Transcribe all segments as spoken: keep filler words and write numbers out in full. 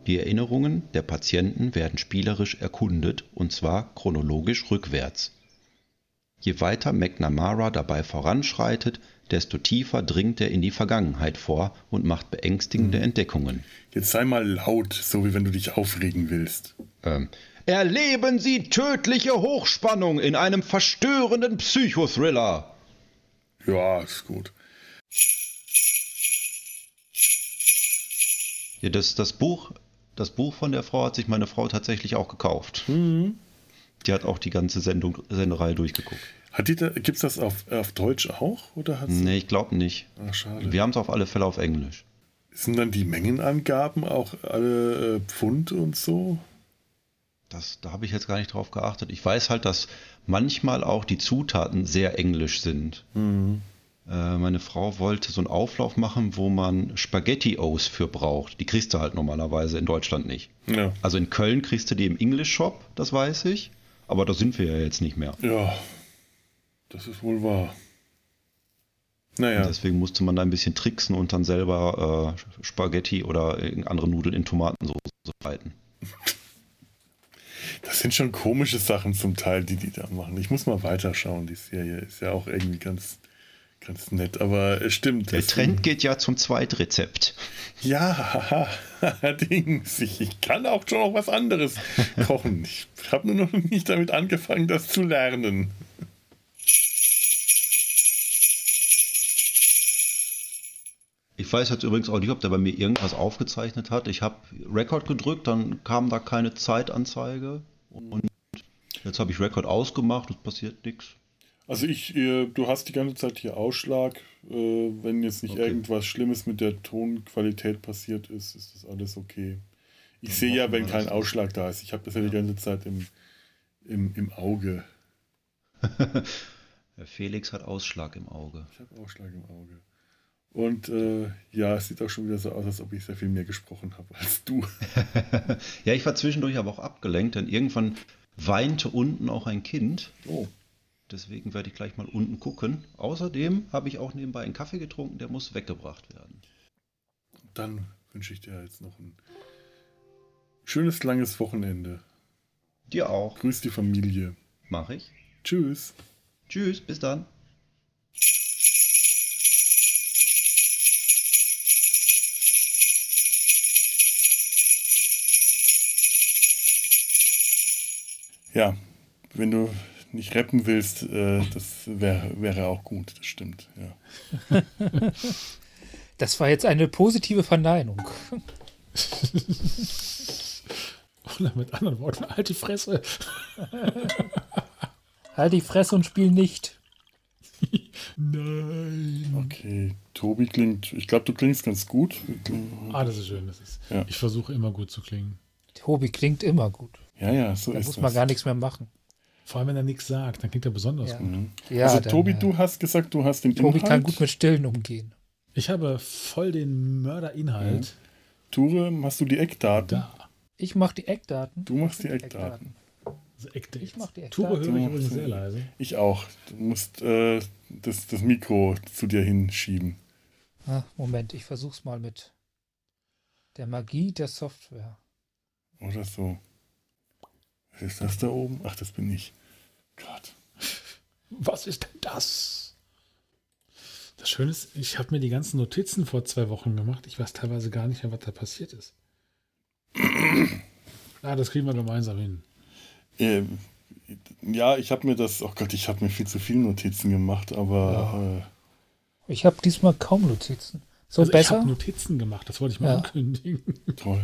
Die Erinnerungen der Patienten werden spielerisch erkundet, und zwar chronologisch rückwärts. Je weiter McNamara dabei voranschreitet, desto tiefer dringt er in die Vergangenheit vor und macht beängstigende mhm. Entdeckungen. Jetzt sei mal laut, so wie wenn du dich aufregen willst. Ähm, erleben Sie tödliche Hochspannung in einem verstörenden Psychothriller. Ja, ist gut. Ja, das, das, Buch, das Buch von der Frau hat sich meine Frau tatsächlich auch gekauft. Mhm. Die hat auch die ganze Sendung, Sendereihe durchgeguckt. Hat die da, gibt's das auf, auf Deutsch auch? Oder hat's nee, ich glaube nicht. Ach, schade. Wir haben es auf alle Fälle auf Englisch. Sind dann die Mengenangaben auch alle äh, Pfund und so? Das, da habe ich jetzt gar nicht drauf geachtet. Ich weiß halt, dass manchmal auch die Zutaten sehr englisch sind. Mhm. Äh, meine Frau wollte so einen Auflauf machen, wo man Spaghetti-Os für braucht. Die kriegst du halt normalerweise in Deutschland nicht. Ja. Also in Köln kriegst du die im English-Shop, das weiß ich. Aber da sind wir ja jetzt nicht mehr. Ja, das ist wohl wahr. Naja. Und deswegen musste man da ein bisschen tricksen und dann selber äh, Spaghetti oder andere Nudeln in Tomatensauce bereiten. Das sind schon komische Sachen zum Teil, die die da machen. Ich muss mal weiterschauen. Die Serie ist ja auch irgendwie ganz, ganz nett. Aber es stimmt. Der Trend geht ja zum Zweitrezept. Ja, allerdings. Ich, ich kann auch schon noch was anderes kochen. Ich habe nur noch nicht damit angefangen, das zu lernen. Ich weiß jetzt übrigens auch nicht, ob der bei mir irgendwas aufgezeichnet hat. Ich habe Record gedrückt, dann kam da keine Zeitanzeige. Und jetzt habe ich Record ausgemacht, es passiert nichts. Also ich, du hast die ganze Zeit hier Ausschlag. Wenn jetzt nicht okay. irgendwas Schlimmes mit der Tonqualität passiert ist, ist das alles okay. Ich dann sehe ja, wenn kein Ausschlag ist. da ist. Ich habe das ja die ganze Zeit im, im, im Auge. Herr Felix hat Ausschlag im Auge. Ich habe Ausschlag im Auge. Und äh, ja, es sieht auch schon wieder so aus, als ob ich sehr viel mehr gesprochen habe als du. Ja, ich war zwischendurch aber auch abgelenkt, denn irgendwann weinte unten auch ein Kind. Oh. Deswegen werde ich gleich mal unten gucken. Außerdem habe ich auch nebenbei einen Kaffee getrunken, der muss weggebracht werden. Dann wünsche ich dir jetzt noch ein schönes, langes Wochenende. Dir auch. Grüß die Familie. Mach ich. Tschüss. Tschüss, bis dann. Ja, wenn du nicht rappen willst, äh, das wäre wär auch gut, das stimmt, ja. Das war jetzt eine positive Verneinung. Oder mit anderen Worten, halt die Fresse. Halt die Fresse und spiel nicht. Nein. Okay, Tobi klingt, ich glaube, du klingst ganz gut. Ah, das ist schön, das ist. Ja. Ich versuche immer gut zu klingen. Tobi klingt immer gut. Ja, ja, so da ist muss das. man gar nichts mehr machen. Vor allem, wenn er nichts sagt, dann klingt er besonders ja. gut. Mhm. Ja, also dann, Tobi, äh, du hast gesagt, du hast den Tobi Inhalt. kann gut mit Stillen umgehen. Ich habe voll den Mörderinhalt. Mhm. Ture, hast du die Eckdaten? Da. Ich mache die Eckdaten. Du machst die Eckdaten. Also Eckdates. Ich mache die Eckdaten. Ture höre ich übrigens sehr leise. Ich auch. Du musst äh, das, das Mikro zu dir hinschieben. Ah, Moment, ich versuch's mal mit der Magie der Software. Oder so. Was ist das da oben? Ach, das bin ich. Gott. Was ist denn das? Das Schöne ist, ich habe mir die ganzen Notizen vor zwei Wochen gemacht. Ich weiß teilweise gar nicht mehr, was da passiert ist. Ah, das kriegen wir gemeinsam hin. Ähm, ja, ich habe mir das, oh Gott, ich habe mir viel zu viele Notizen gemacht, aber... Ja. Äh, ich habe diesmal kaum Notizen. So also besser? Ich habe Notizen gemacht, das wollte ich mal ja. ankündigen. Toll.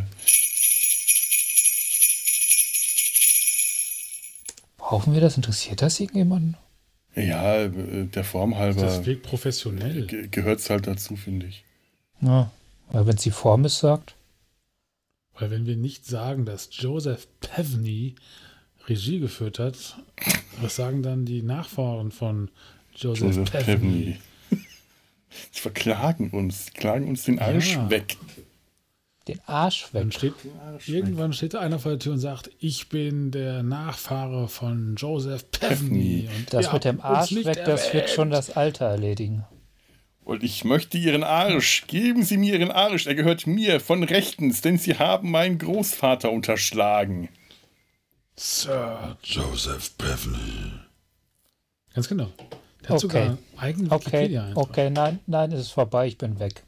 Brauchen wir das? Interessiert das irgendjemanden? Ja, der Form halber. Das wirkt professionell. Ge- gehört es halt dazu, finde ich. Ja, weil wenn es die Form ist, sagt. Weil wenn wir nicht sagen, dass Joseph Pevney Regie geführt hat, was sagen dann die Nachfahren von Joseph, Joseph Pevney? Pevney. Sie verklagen uns, sie klagen uns den Arsch Ja. weg. Den Arsch weg. Dann steht, Arsch irgendwann steht da einer vor der Tür und sagt, ich bin der Nachfahre von Joseph Pevney. Und Das ihr mit dem habt uns Arsch nicht weg, das wird erwähnt. schon das Alter erledigen. Und ich möchte Ihren Arsch. Geben Sie mir Ihren Arsch. Er gehört mir von rechtens, denn Sie haben meinen Großvater unterschlagen. Sir Joseph Pevney. Ganz genau. Der hat Okay. sogar einen eigenen Okay, Wikipedia-Eintrag. okay, nein, nein, es ist vorbei, ich bin weg.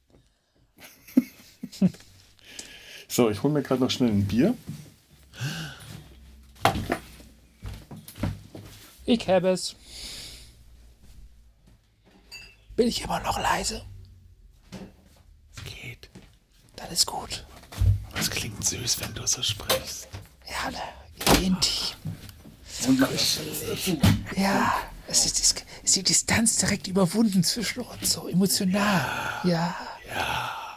So, ich hole mir gerade noch schnell ein Bier. Ich habe es. Bin ich immer noch leise? Es geht. Das ist gut. Aber es klingt süß, wenn du so sprichst. Ja, ne, intim. Ja, es ist, es ist die Distanz direkt überwunden zwischen uns, so emotional. Ja. Ja.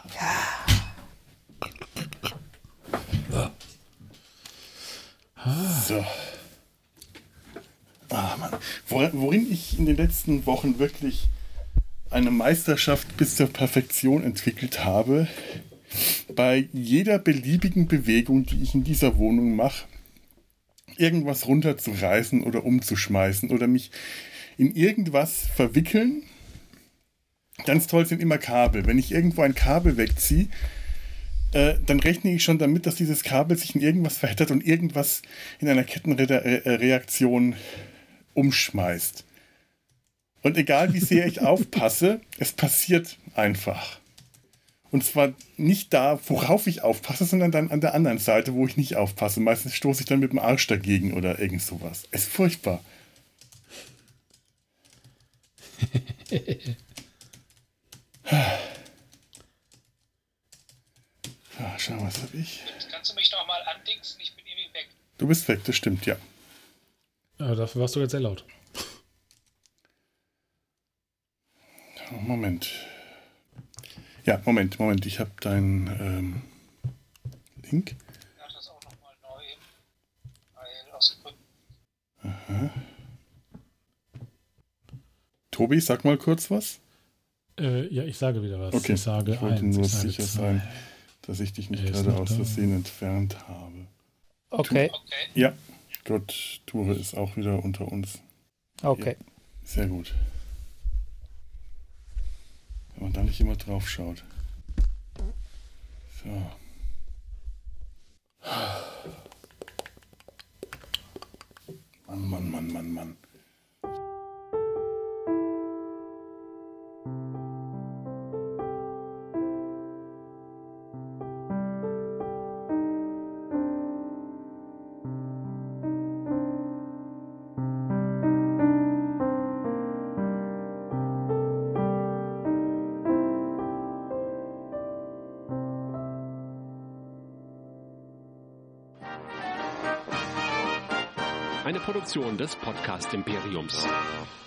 So. Ah, Mann. Worin, worin ich in den letzten Wochen wirklich eine Meisterschaft bis zur Perfektion entwickelt habe, bei jeder beliebigen Bewegung, die ich in dieser Wohnung mache, irgendwas runterzureißen oder umzuschmeißen oder mich in irgendwas verwickeln. Ganz toll sind immer Kabel. Wenn ich irgendwo ein Kabel wegziehe, äh, dann rechne ich schon damit, dass dieses Kabel sich in irgendwas verheddert und irgendwas in einer Kettenreaktion umschmeißt. Und egal wie sehr ich aufpasse, es passiert einfach. Und zwar nicht da, worauf ich aufpasse, sondern dann an der anderen Seite, wo ich nicht aufpasse. Meistens stoße ich dann mit dem Arsch dagegen oder irgend sowas. Es ist furchtbar. Ah, schau, was habe ich? Kannst du mich noch mal andingsen? Ich bin irgendwie weg. Du bist weg, das stimmt, ja. Ja, dafür warst du jetzt sehr laut. Moment. Ja, Moment, Moment. Ich habe deinen ähm, Link. Ich lade das auch noch mal neu, weil aus Gründen. Aha. Tobi, sag mal kurz was. Äh, ja, ich sage wieder was. Okay, Ich sage ich wollte eins, nur ich sage sicher zwei. sein, dass ich dich nicht Er ist gerade noch aus da. Versehen entfernt habe. Okay, Okay. Ja, Gott, Ture ist auch wieder unter uns. okay. Sehr gut. Wenn man da nicht immer drauf schaut. So. Mann, Mann, Mann, Mann, Mann. Eine Produktion des Podcast Imperiums.